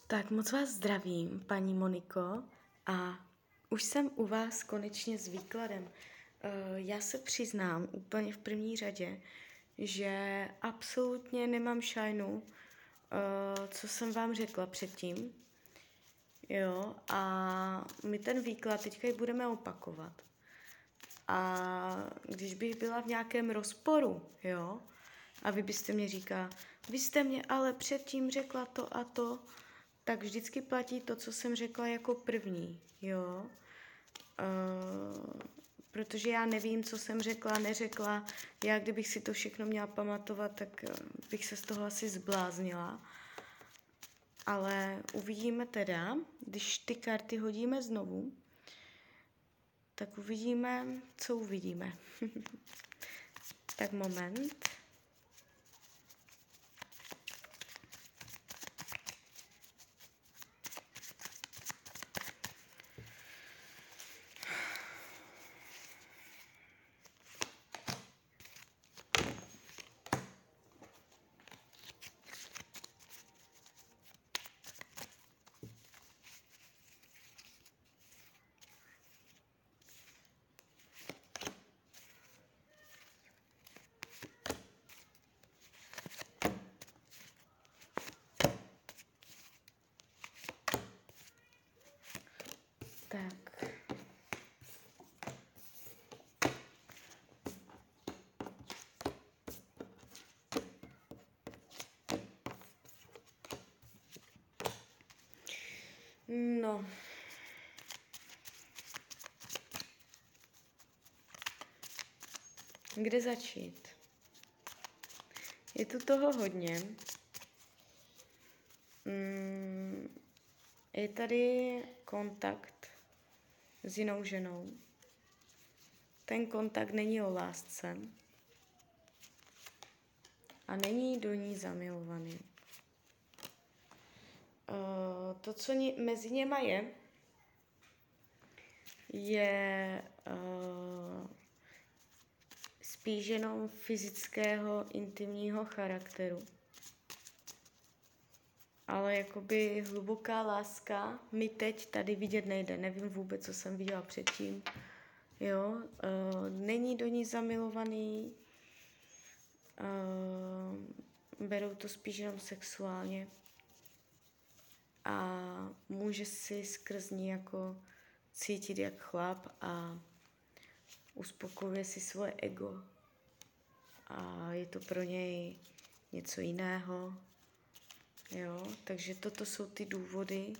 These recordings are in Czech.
Tak moc vás zdravím, paní Moniko, a už jsem u vás konečně s výkladem. Já se přiznám úplně v první řadě, že absolutně nemám šajnu, co jsem vám řekla předtím. Jo, a my ten výklad teďka ji budeme opakovat. A když bych byla v nějakém rozporu, jo, a vy byste mě říkala, vy jste mě ale předtím řekla to a to, tak vždycky platí to, co jsem řekla jako první, jo. Protože já nevím, co jsem řekla, neřekla. Já, kdybych si to všechno měla pamatovat, tak bych se z toho asi zbláznila. Ale uvidíme teda, když ty karty hodíme znovu, tak uvidíme, co uvidíme. Tak moment. Tak. No. Kde začít? Je tu toho hodně. Je tady kontakt s jinou ženou. Ten kontakt není o lásce a není do ní zamilovaný. To, co mezi něma je spíš jenom fyzického, intimního charakteru. Ale jakoby hluboká láska mi teď tady vidět nejde. Nevím vůbec, co jsem viděla předtím. Jo, není do ní zamilovaný. Berou to spíš jenom sexuálně. A může si skrz ní jako cítit jak chlap a uspokojuje si svoje ego. A je to pro něj něco jiného. Jo, takže toto jsou ty důvody,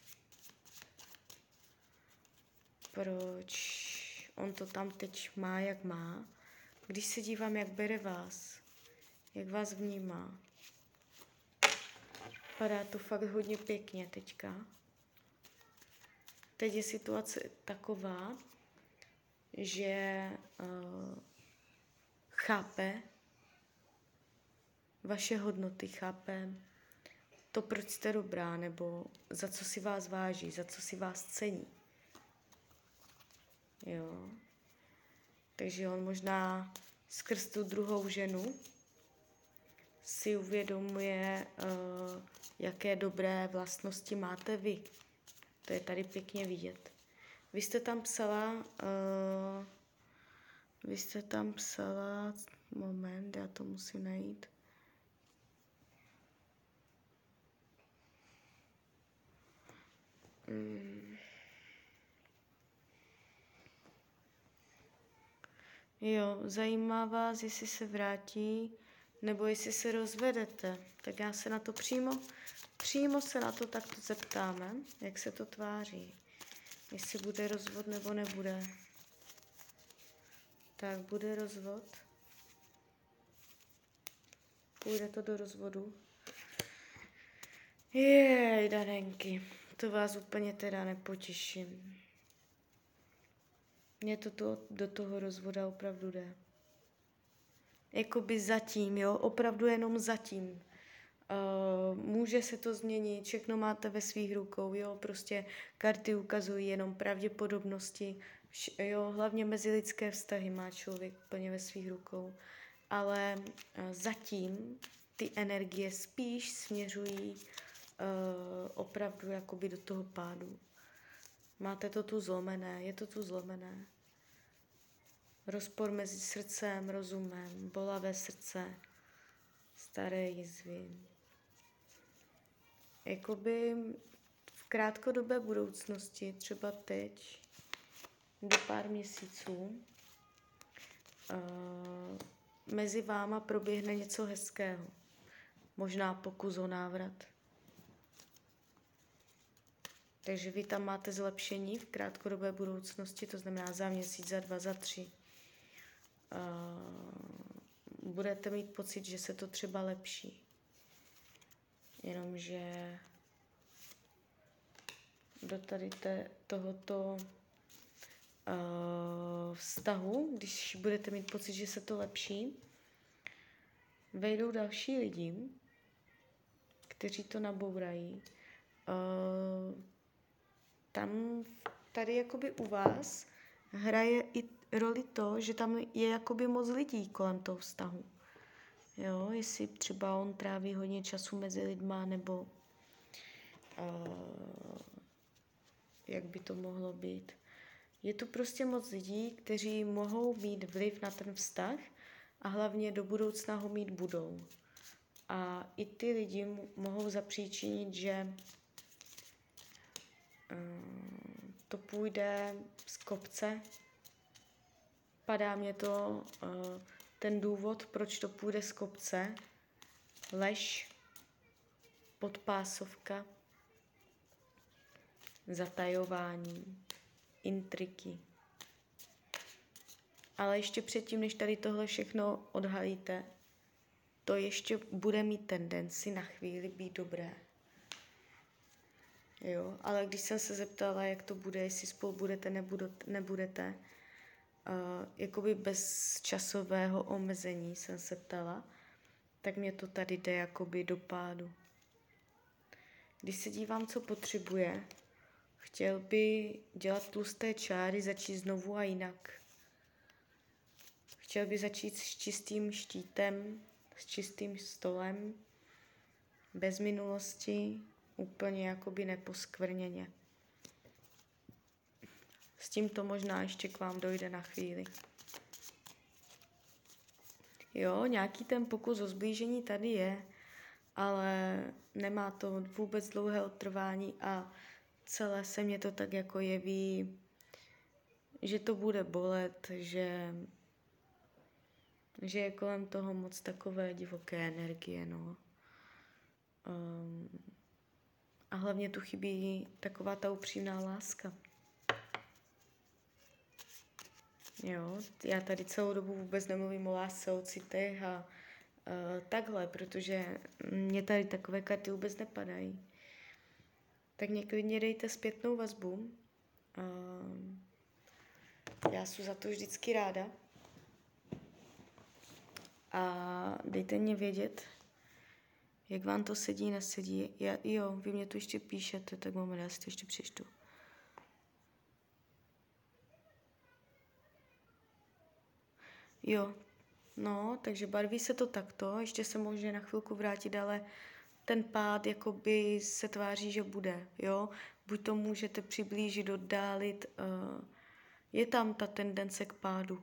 proč on to tam teď má, jak má. Když se dívám, jak bere vás, jak vás vnímá. Padá to fakt hodně pěkně teďka. Teď je situace taková, že chápe vaše hodnoty, chápe to, proč jste dobrá, nebo za co si vás váží, za co si vás cení. Jo. Takže on možná skrz tu druhou ženu si uvědomuje, jaké dobré vlastnosti máte vy. To je tady pěkně vidět. Vy jste tam psala, moment, já to musím najít. Jo, zajímá vás, jestli se vrátí, nebo jestli se rozvedete. Tak já se na to přímo se na to takto zeptáme, jak se to tváří. Jestli bude rozvod, nebo nebude. Tak, bude rozvod. Půjde to do rozvodu. Jej, Darenky, to vás úplně teda nepotěším. Mně to do toho rozvoda opravdu jde. Jakoby zatím, jo, opravdu jenom zatím. Může se to změnit, všechno máte ve svých rukou, jo, prostě karty ukazují jenom pravděpodobnosti, jo, hlavně mezilidské vztahy má člověk úplně ve svých rukou, ale zatím ty energie spíš směřují opravdu jakoby do toho pádu. Máte to tu zlomené, je to tu zlomené. Rozpor mezi srdcem, rozumem, bolavé srdce, staré jizvy. Jakoby v krátkodobé budoucnosti, třeba teď, do pár měsíců, mezi váma proběhne něco hezkého. Možná pokus o návrat. Takže vy tam máte zlepšení v krátkodobé budoucnosti, to znamená za měsíc, za 2, za 3. Budete mít pocit, že se to třeba lepší. Jenomže do tady tohoto vztahu, když budete mít pocit, že se to lepší, vejdou další lidi, kteří to nabourají. Tady jakoby u vás hraje i roli to, že tam je jakoby moc lidí kolem toho vztahu. Jo, jestli třeba on tráví hodně času mezi lidma, nebo jak by to mohlo být. Je tu prostě moc lidí, kteří mohou mít vliv na ten vztah a hlavně do budoucna ho mít budou. A i ty lidi mohou zapříčinit, že to půjde z kopce. Padá mě to ten důvod, proč to půjde z kopce. Lež, podpásovka, zatajování, intriky. Ale ještě předtím, než tady tohle všechno odhalíte, to ještě bude mít tendenci na chvíli být dobré. Jo, ale když jsem se zeptala, jak to bude, jestli spolu budete, nebudete, jakoby bez časového omezení jsem se ptala, tak mě to tady jde jakoby do pádu. Když se dívám, co potřebuje, chtěl by dělat tlusté čáry, začít znovu a jinak. Chtěl by začít s čistým štítem, s čistým stolem, bez minulosti, úplně jakoby neposkvrněně. S tímto možná ještě k vám dojde na chvíli. Jo, nějaký ten pokus o zblížení tady je, ale nemá to vůbec dlouhé trvání a celé se mě to tak jako jeví, že to bude bolet, že je kolem toho moc takové divoké energie, no. A hlavně tu chybí taková ta upřímná láska. Jo, já tady celou dobu vůbec nemluvím o lásce, o citech a takhle, protože mě tady takové karty vůbec nepadají. Tak mě klidně dejte zpětnou vazbu. Já jsem za to vždycky ráda. A dejte mě vědět, jak vám to sedí, nesedí. Jo, vy mě to ještě píšete, tak moment, já si to ještě přečtu. Jo, no, takže barví se to takto, ještě se možná na chvilku vrátit, ale ten pád jakoby se tváří, že bude, jo. Buď to můžete přiblížit, oddálit, je tam ta tendence k pádu.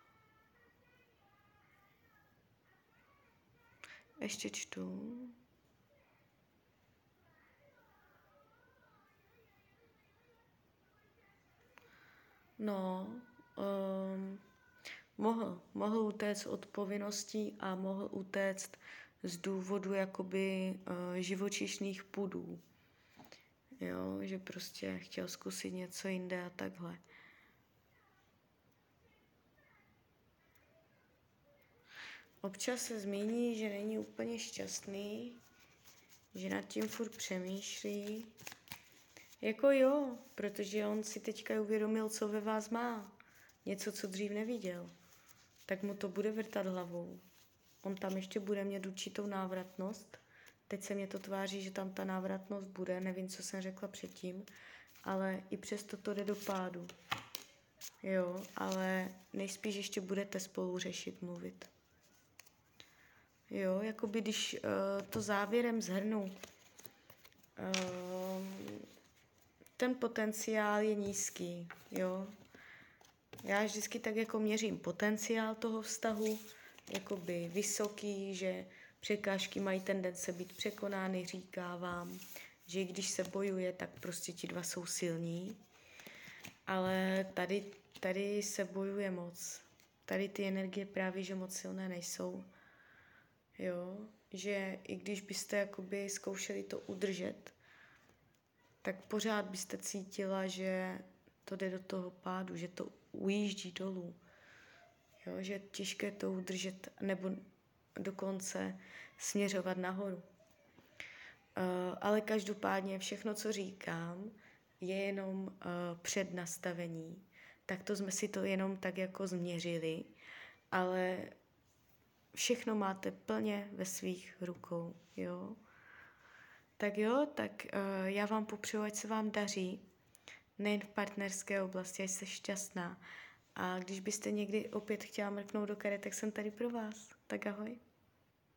Ještě čtu. No, mohl utéct od povinností a mohl utéct z důvodu jakoby živočišných pudů. Jo, že prostě chtěl zkusit něco jinde a takhle. Občas se zmíní, že není úplně šťastný, že nad tím furt přemýšlí. Jako jo, protože on si teďka uvědomil, co ve vás má. Něco, co dřív neviděl. Tak mu to bude vrtat hlavou. On tam ještě bude mít určitou návratnost. Teď se mě to tváří, že tam ta návratnost bude. Nevím, co jsem řekla předtím. Ale i přesto to jde do pádu. Jo, ale nejspíš ještě budete spolu řešit, mluvit. Jo, jakoby když to závěrem shrnu. ten potenciál je nízký, jo. Já vždycky tak jako měřím potenciál toho vztahu, jakoby vysoký, že překážky mají tendence být překonány, říká vám, že když se bojuje, tak prostě ti dva jsou silní, ale tady se bojuje moc. Tady ty energie právě, že moc silné nejsou. Jo, že i když byste jakoby zkoušeli to udržet, tak pořád byste cítila, že to jde do toho pádu, že to ujíždí dolů. Jo, že je těžké to udržet nebo dokonce směřovat nahoru. Ale každopádně všechno, co říkám, je jenom přednastavení. Tak to jsme si to jenom tak jako změřili, ale všechno máte plně ve svých rukou, jo. Tak jo, tak já vám popřeju, ať se vám daří, nejen v partnerské oblasti, ať jste šťastná. A když byste někdy opět chtěla mrknout do karet, tak jsem tady pro vás. Tak ahoj.